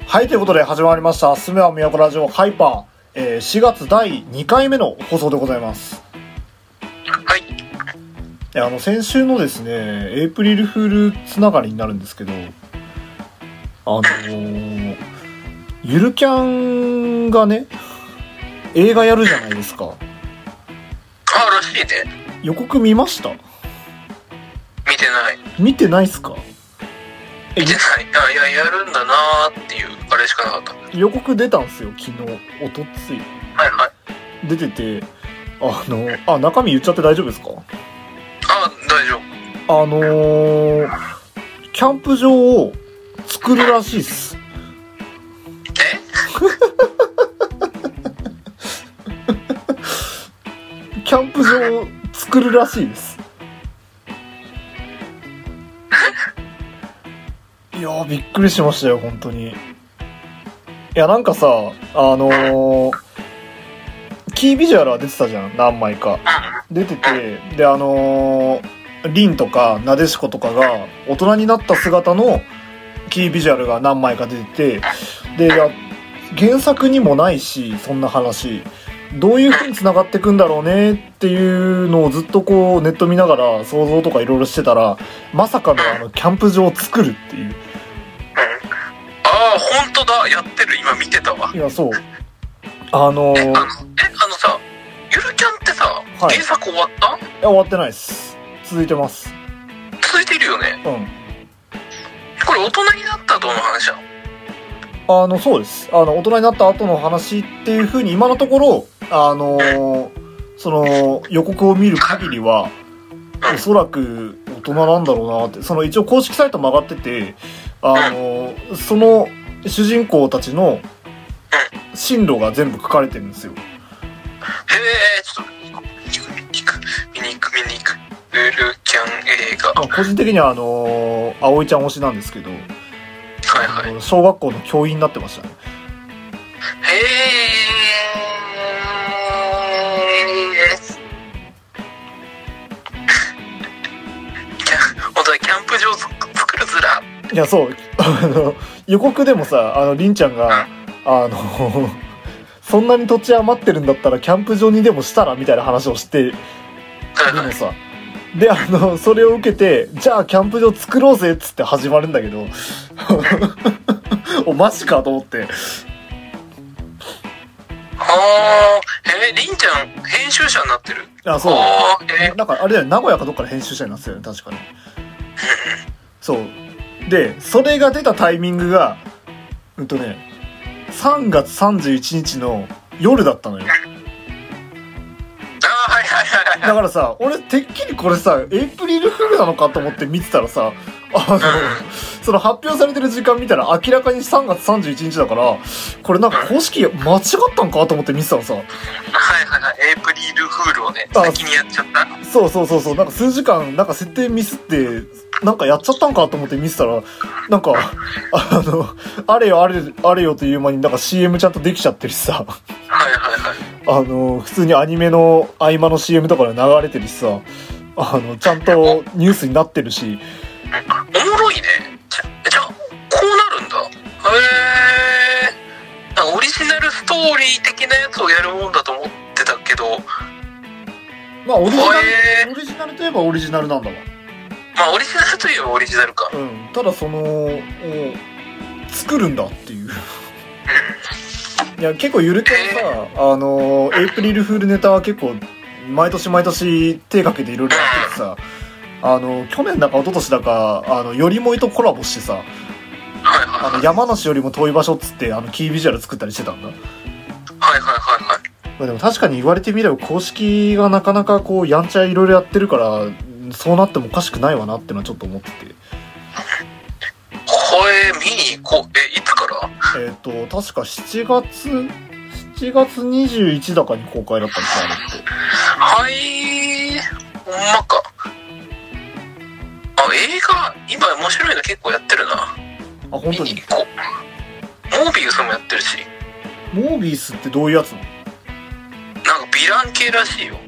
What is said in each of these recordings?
はい、ということで始まりましたすめは都ラジオハイパー、4月第2回目の放送でございます。 はい。 先週のですねエイプリルフールつながりになるんですけど、ゆるキャンがね映画やるじゃないですか。 らしいね。 予告見ました？ 見てない。 見てないっすか？ 見てない。やるんだなーっていうあれしかなかった。 予告出たんすよ、昨日、おとつい。 はいはい。 出てて、中身言っちゃって大丈夫ですか？ 大丈夫。キャンプ場を作るらしいっす。キャンプ場を作るらしいです。いやー、びっくりしましたよ、本当に。いや、なんかさ、キービジュアルは出てたじゃん、何枚か。出てて、で、リンとか、ナデシコとかが、大人になった姿のキービジュアルが何枚か出てて、で、原作にもないし、そんな話。どういう風に繋がっていくんだろうねっていうのをずっとこうネット見ながら想像とかいろいろしてたら、まさかのキャンプ場を作るっていう。 本当だ、やってる、今見てたわ。 いや、そう。 さ、ゆるキャンってさ、はい、原作終わった？いや、終わってないです。続いてます。 続いてるよね。 うん。 これ大人になった後の話なの？ そうです。大人になった後の話っていう風に今のところ、その予告を見る限りは、おそらく大人なんだろうなって、その一応公式サイトも上がってて、その主人公たちの進路が全部書かれてるんですよ。 ちょっと見に行く。ゆるキャン映画。 個人的には葵ちゃん推しなんですけど、 はいはい。 小学校の教員になってましたね。 本当はキャンプ場作るずら。 いや、そう予告でもさ、りんちゃんがそんなに土地余ってるんだったらキャンプ場にでもしたらみたいな話をして、でもさ、でそれを受けて、じゃあキャンプ場作ろうぜっつって始まるんだけどお、マジかと思って。 りんちゃん編集者になってる。 そう。なんかあれだよ、名古屋かどっかで編集者になってたよね、確かに。そうで、それが出たタイミングが3月31日の夜だったのよ。だからさ、俺てっきりこれさエイプリルフールなのかと思って見てたらさ、その発表されてる時間見たら明らかに3月31日だから、これなんか公式間違ったんかと思って見てたのさ。 エイプリルフールをね、先にやっちゃった。 そう、なんか数時間なんか設定ミスってなんかやっちゃったんかと思って見てたら、なんかあれよという間になんか CM ちゃんとできちゃってるしさ、普通にアニメの合間の CM とかで流れてるしさ、ちゃんとニュースになってるし、 おもろいね。じゃあこうなるんだ。オリジナルストーリー的なやつをやるもんだと思ってたけど、 まあオリジナルといえばオリジナルなんだわ。 まあオリジナルといえばオリジナルか。 ただ作るんだっていういや、結構ゆるキャンさ、エイプリルフールネタは結構毎年手かけていろいろやっててさ、去年だか一昨年だかよりもいとコラボしてさ、山梨よりも遠い場所っつってキービジュアル作ったりしてたんだ。でも確かに言われてみれば公式がなかなかこうやんちゃいろいろやってるから、そうなってもおかしくないわなってのはちょっと思ってて。 見に行こう。いつから？ 確か7月21だかに公開だったんですよ、あれって。 ほんまか。映画今面白いの結構やってるな。 本当に？ 見に行こう。モービウスもやってるし。 モービウスってどういうやつなの？ なんかヴィラン系らしいよ。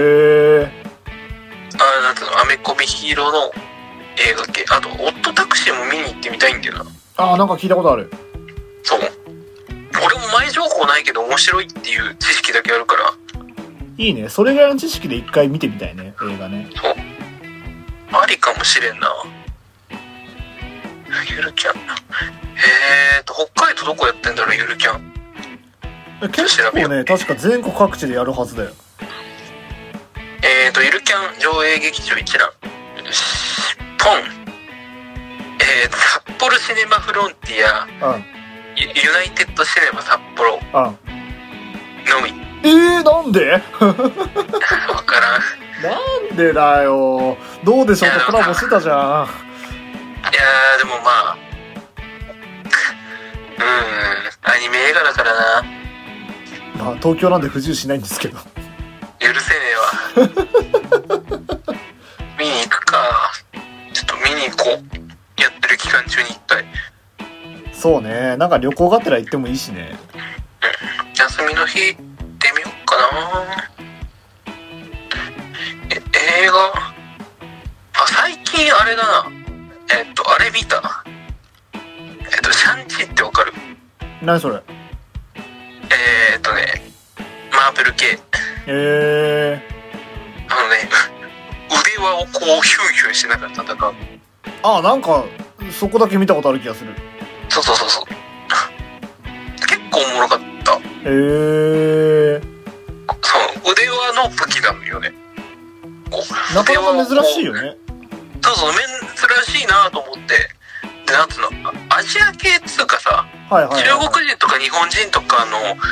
なんつうの、アメコミヒーローの映画系。あとオットタクシーも見に行ってみたいんだよな。 なんか聞いたことある。 そう、 面白いっていう知識だけあるから。 いいね。それぐらいの知識で一回見てみたいね、映画ね。 そう。ありかもしれんな。ゆるキャン。北海道どこやってんだろう、ゆるキャン。 結構ね、確か全国各地でやるはずだよ。 ゆるキャン上映劇場一覧。ポン。札幌シネマフロンティア。 うん。 ユナイテッドシネマ札幌。 うん。 のみ。 なんでわからん。 なんでだよ。どうでしょうか、コラボしてたじゃん。 いやー、でもまあ、アニメ映画だからな。 まあ、東京なんで不自由しないんですけど。 許せねえわ。見に行くか。ちょっと見に行こう。やってる期間中に一回。 そうね。なんか旅行がてら行ってもいいしね。 休みの日行ってみようかな。映画。最近あれだな。あれ見た。シャンチってわかる？ 何それ？ マーベル系。腕輪をこうヒュンヒュンしながら戦う。 あ、なんかそこだけ見たことある気がする。 そう。結構おもろかった。そう、腕輪の武器なのよね。 なかなか珍しいよね。 そう珍しいなと思って。で、なんつうの、アジア系っつうかさ、中国人とか日本人とか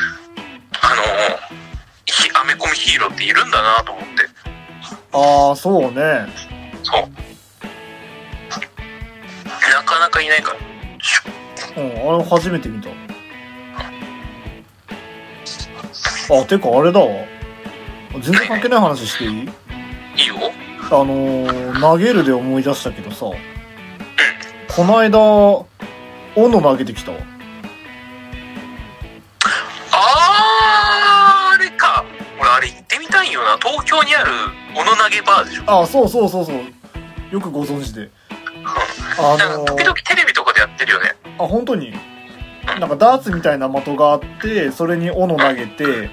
アメコミヒーローっているんだなと思って。 ああ、そうね。 そう。なかなかいないから。 あれ初めて見た。あ、てかあれだわ。全然関係ない話していい？ いいよ。 投げるで思い出したけどさ、この間斧投げてきたわ。 あれか。俺あれ行ってみたいよな。東京にある斧投げバーでしょ。 あ、そうよくご存知で。 時々テレビとかでやってるよね。 あ、本当に。なんかダーツみたいな的があって、それに斧投げて、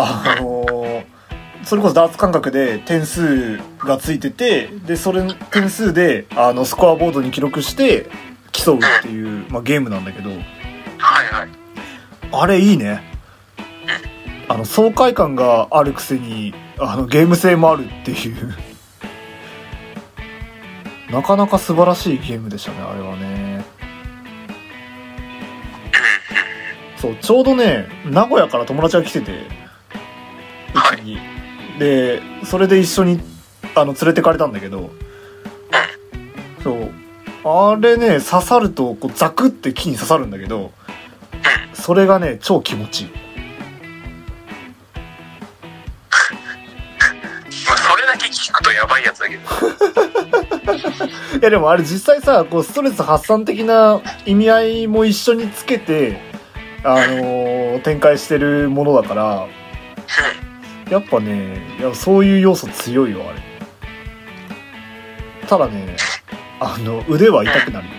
それこそダーツ感覚で点数がついてて、でそれ点数でスコアボードに記録して競うっていう、ゲームなんだけど、あれいいね。爽快感があるくせにゲーム性もあるっていうなかなか素晴らしいゲームでしたね、あれはね。そう、ちょうどね、名古屋から友達が来てて、うちに。で、それで一緒に連れてかれたんだけど、そう、あれね、刺さるとこうザクって木に刺さるんだけど、それがね、超気持ちいい。 それだけ聞くとやばいやつだけど。 いやでもあれ実際さ、こうストレス発散的な意味合いも一緒につけて、展開してるものだから、やっぱね、そういう要素強いよ、あれ。ただね、腕は痛くなるよ。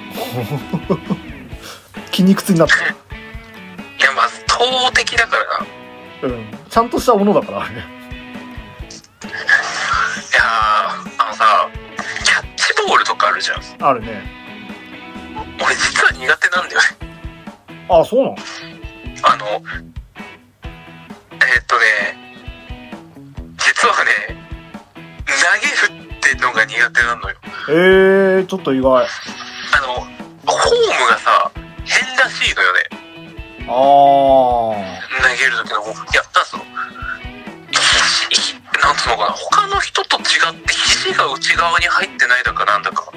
筋肉痛になった。いや、まず投擲だからな。 ちゃんとしたものだから、あれ。いやさ、キャッチボールとかあるじゃん。 あるね。 俺実は苦手なんだよね。 あ、そうなの？ 実はね、投げるってのが苦手なのよ。 ちょっと意外。 フォームがさ、変らしいのよね。投げる時の、なんつうのかな、他の人と違って肘が内側に入ってないだかなんだか。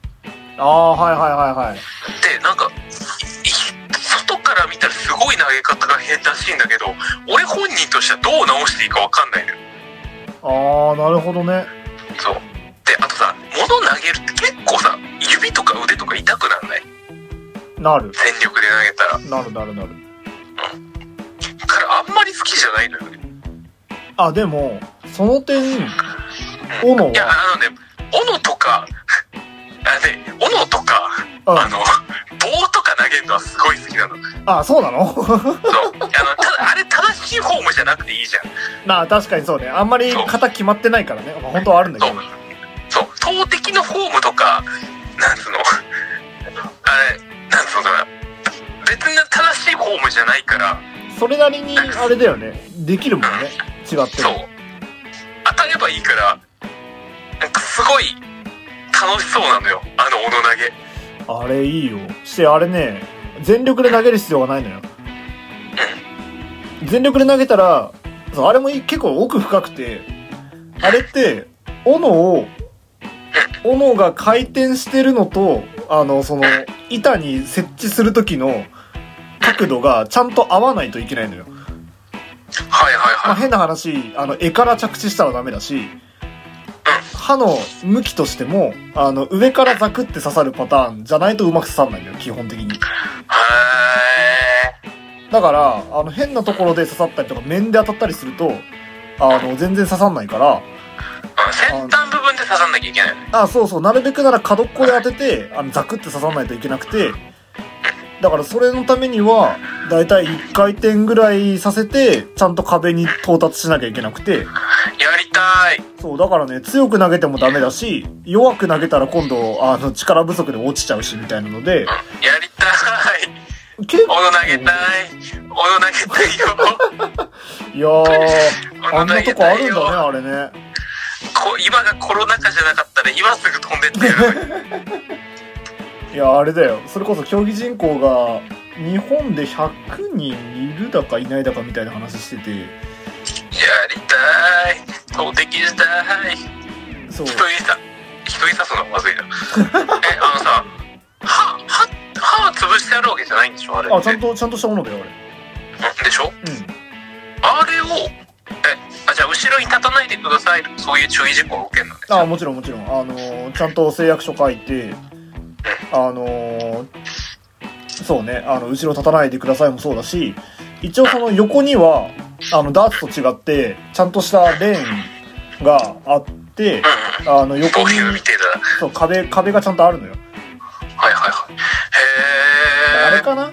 で、なんか、外から見たらすごい投げ方が変らしいんだけど、俺本人としてはどう直していいか分かんないのよ。 なるほどね。 そう。で、あとさ、物投げるって結構さ、指とか腕とか痛くなんない？ なる。 全力で投げたら。なる。 だからあんまり好きじゃないのよね。 でも、その点、斧は。 いや、斧とか、棒とか投げるのはすごい好きなの。 そうなの？ そう。ただ、あれ正ししいフォームじゃなくていいじゃん。 まあ確かにそうね。あんまり型決まってないからね。まあ、本当はあるんだけど。 そう投擲のフォームとかなんつうのあれなんつうのかな、別に正しいフォームじゃないから、 それなりにあれだよね。できるもんね。違ってそう当たればいいから、なんかすごい楽しそうなのよ、あの斧投げ。 あれいいよ。してあれね、全力で投げる必要がないのよ。全力で投げたら、あれも結構奥深くて、あれって斧が回転してるのと、その板に設置する時の角度がちゃんと合わないといけないのよ。 はいはいはい。 まあ、変な話、絵から着地したらダメだし、刃の向きとしても、上からザクって刺さるパターンじゃないとうまく刺さんないんだよ、基本的に。だから、変なところで刺さったりとか、面で当たったりすると、全然刺さんないから、 先端部分で刺さんなきゃいけないよね。 そうそう、なるべくなら角っこで当てて、ザクって刺さんないといけなくて、だからそれのためには、だいたい1回転ぐらいさせて、ちゃんと壁に到達しなきゃいけなくて。 やりたい。 そう、だからね、強く投げてもダメだし、弱く投げたら今度、力不足で落ちちゃうし、みたいなので。 やりたい。斧投げたい。斧投げたいよ。 いやー、あんなとこあるんだね、あれね。 今がコロナ禍じゃなかったら今すぐ飛んでってる。 いや、あれだよ。それこそ競技人口が日本で100人いるだかいないだかみたいな話してて。 やりたい。投擲したい。 そう。 人いさすのまずいな。さ、歯は潰してあるわけじゃないんでしょあれ。 ちゃんとしたものだよ、あれ。 でしょ？あれを、じゃあ後ろに立たないでください。そういう注意事項を受けるのね。 もちろん。ちゃんと誓約書書いて、そうね、後ろ立たないでくださいもそうだし、一応その横には、ダーツと違って、ちゃんとしたレーンがあって、横に、そう、壁がちゃんとあるのよ。 はいはいはい。 あれかな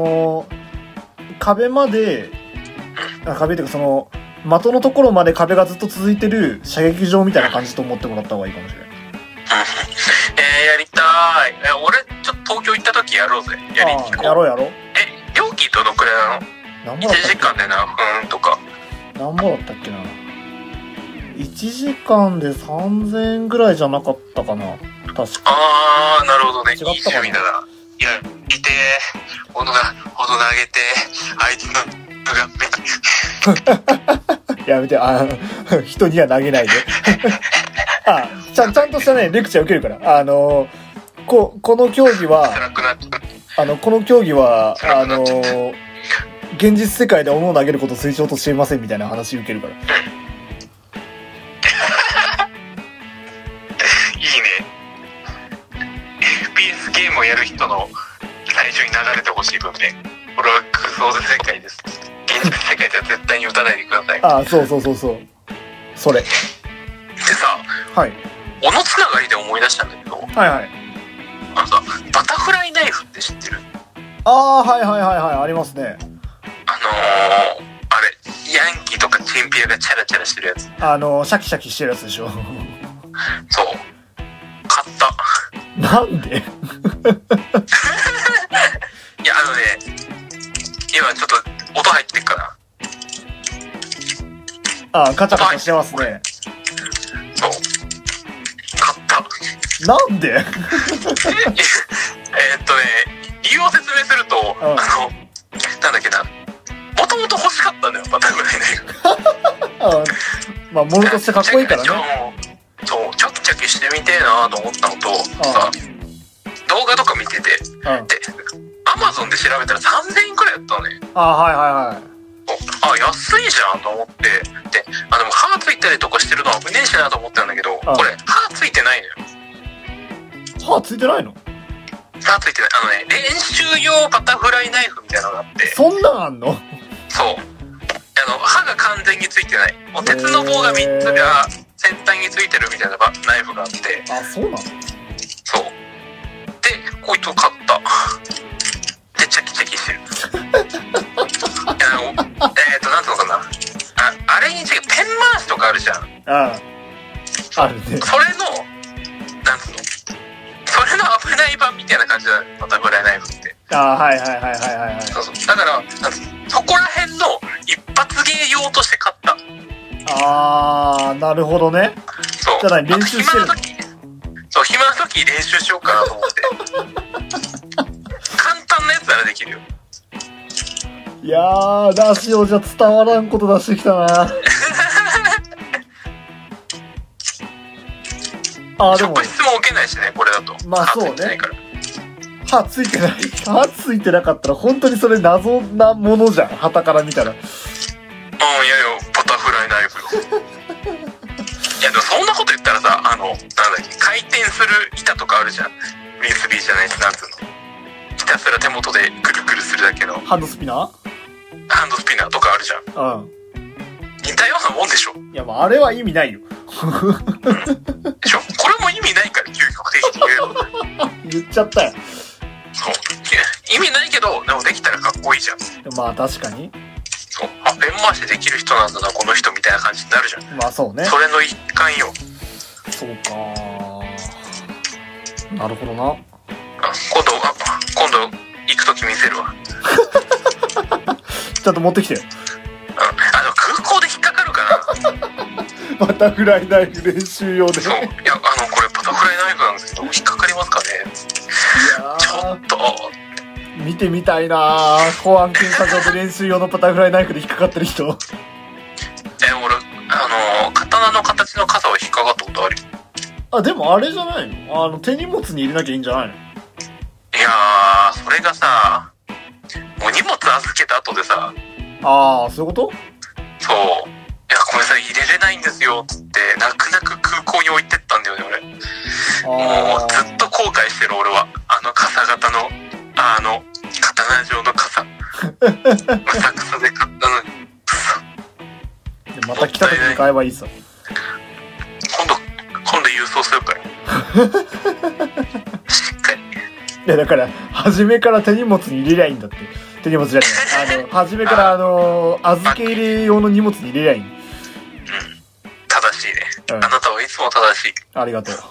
壁まで、壁っていうかその、的のところまで壁がずっと続いてる射撃場みたいな感じと思ってもらった方がいいかもしれない。 やりたい。俺ちょっと東京行った時やろうぜ。やりに行こう。 やろう。 料金どのくらいなの？ 1 時間で何分とか。 何ぼだったっけな。1時間で3000円ぐらいじゃなかったかな、確か。 なるほどね。いい趣味だな。いや、見て、斧投げて、あいつのやめて、人には投げないで。ちゃんとしたね、レクチャー受けるから。この競技は、この競技は、現実世界で斧を投げることを推奨としていませんみたいな話受けるから。 いいね。FPS ゲームをやる人の最初に流れてほしい文面。これは空想世界です。現実世界では絶対に打たないでください。 そう。それ。 でさ、 はい。 斧つながりで思い出したんだけど、 はい。 さ、バタフライナイフって知ってる？ はい、ありますね。 あれ、ヤンキーとかチンピラがチャラチャラしてるやつ。シャキシャキしてるやつでしょ。 そう。買った。 なんで？いや、 今ちょっと音入ってっかな。カチャカチャしてますね。 そう。買った。 なんで？ 理由を説明すると、なんだっけな。もともと欲しかったんだよ、バタフライナイフ。 まあ、物としてかっこいいからね。 そう、チャキチャキしてみてえなと思ったのと、さ、動画とか見てて、で、Amazon で調べたら3000円くらいだったのね。 はい。 安いじゃんと思って、で、でも歯ついたりとかしてるの危ねえしなと思ったんだけど、これ、歯ついてないのよ。 歯ついてないの？ 歯ついてない。練習用バタフライナイフみたいなのがあって。 そんなんあんの？ そう。歯が完全についてない。もう鉄の棒が3つが先端についてるみたいなナイフがあって。 そうなの？ そう。で、こいつを買った。で、チャキチャキしてる。なんつうのかな。 あるね。 それのなんつうの、それの危ない版みたいな感じだね、バタフライナイフって。 はいはいはいはいはいはい。 そうそう、だからそこら辺の一発芸用として買った。 なるほどね。 そう、 じゃあ練習してるの？ そう、暇な時練習しようかなと思って簡単なやつならできるよ。 いやー、ラジオじゃ伝わらんこと出してきたなでも質問受けないしね、これだと。 まあそうね。歯ついてない。歯ついてなかったら本当にそれ謎なものじゃん、旗から見たら。 いやいや、バタフライナイフよいやでもそんなこと言ったらさ、なんだっけ、回転する板とかあるじゃん。USB じゃないし、なんつうの、ひたすら手元でぐるぐるするだけのハンドスピナーとかあるじゃん。似たようなもんでしょ。 いや、まああれは意味ないよでしょ。これも意味ないから、究極的に言っちゃったよ。 そう、意味ないけどでもできたらかっこいいじゃん。 まあ確かに。 そう、ペン回しできる人なんだなこの人みたいな感じになるじゃん。 まあそうね。 それの一環よ。 そうか、なるほどな。 今度行くとき見せるわちょっと持ってきてよ。 空港で引っかかるかなバタフライナイフ練習用で。 そう、いや、これバタフライナイフなんですけど引っかかりますかね。いやちょっと見てみたいな、公安検査場で練習用のバタフライナイフで引っかかってる人。俺刀の形の傘は引っかかったことあるよ。 でもあれじゃないの、手荷物に入れなきゃいいんじゃないの。 いやー、それがさ、もう荷物預けた後でさ、 そういうこと。 そう、いや、ごめんなさい、入れれないんですよっつって泣く泣く空港に置いてったんだよね俺。もうずっと後悔してる俺は。傘型の刀状の傘むさくさで買ったのに。 また来た時に買えばいいさ。 今度郵送するからしっかり。 いやだから初めから手荷物に入れりゃいいんだって。手荷物じゃない、初めから預け入れ用の荷物に入れりゃいい。 正しいね、あなたはいつも正しい。 ありがとう。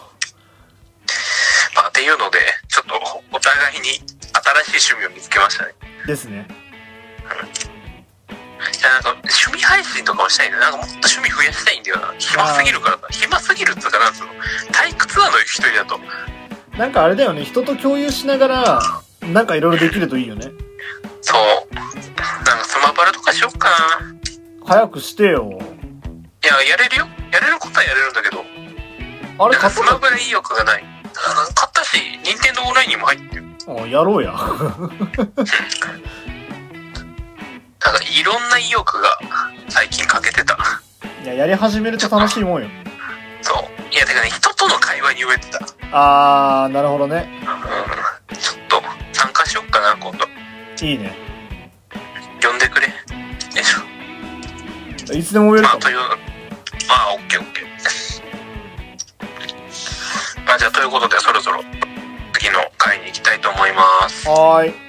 っていうのでちょっとお互いに新しい趣味を見つけましたね。 ですね。 いや、なんか趣味配信とかもしたいね。なんかもっと趣味増やしたいんだよな。暇すぎるからさ。暇すぎるっつうか、なんつうの、退屈なのよ一人だと。 なんかあれだよね、人と共有しながらなんかいろいろできるといいよね。 そう、なんかスマブラとかしよっかな。 早くしてよ。 いや、やれるよ、やれることはやれるんだけど、 あれなんかスマブラ意欲がない。買ったし、任天堂オンラインにも入ってる。 やろうやなんかいろんな意欲が最近欠けてた。 いや、やり始めると楽しいもんよ。 そう、いや、だからね、人との会話に飢えてた。 なるほどね。 ちょっと参加しよっかな今度。 いいね。 呼んでくれ。よいしょ。いつでも呼べるかも。 オッケーオッケー。じゃあということでそろそろ次の回に行きたいと思います。 はーい。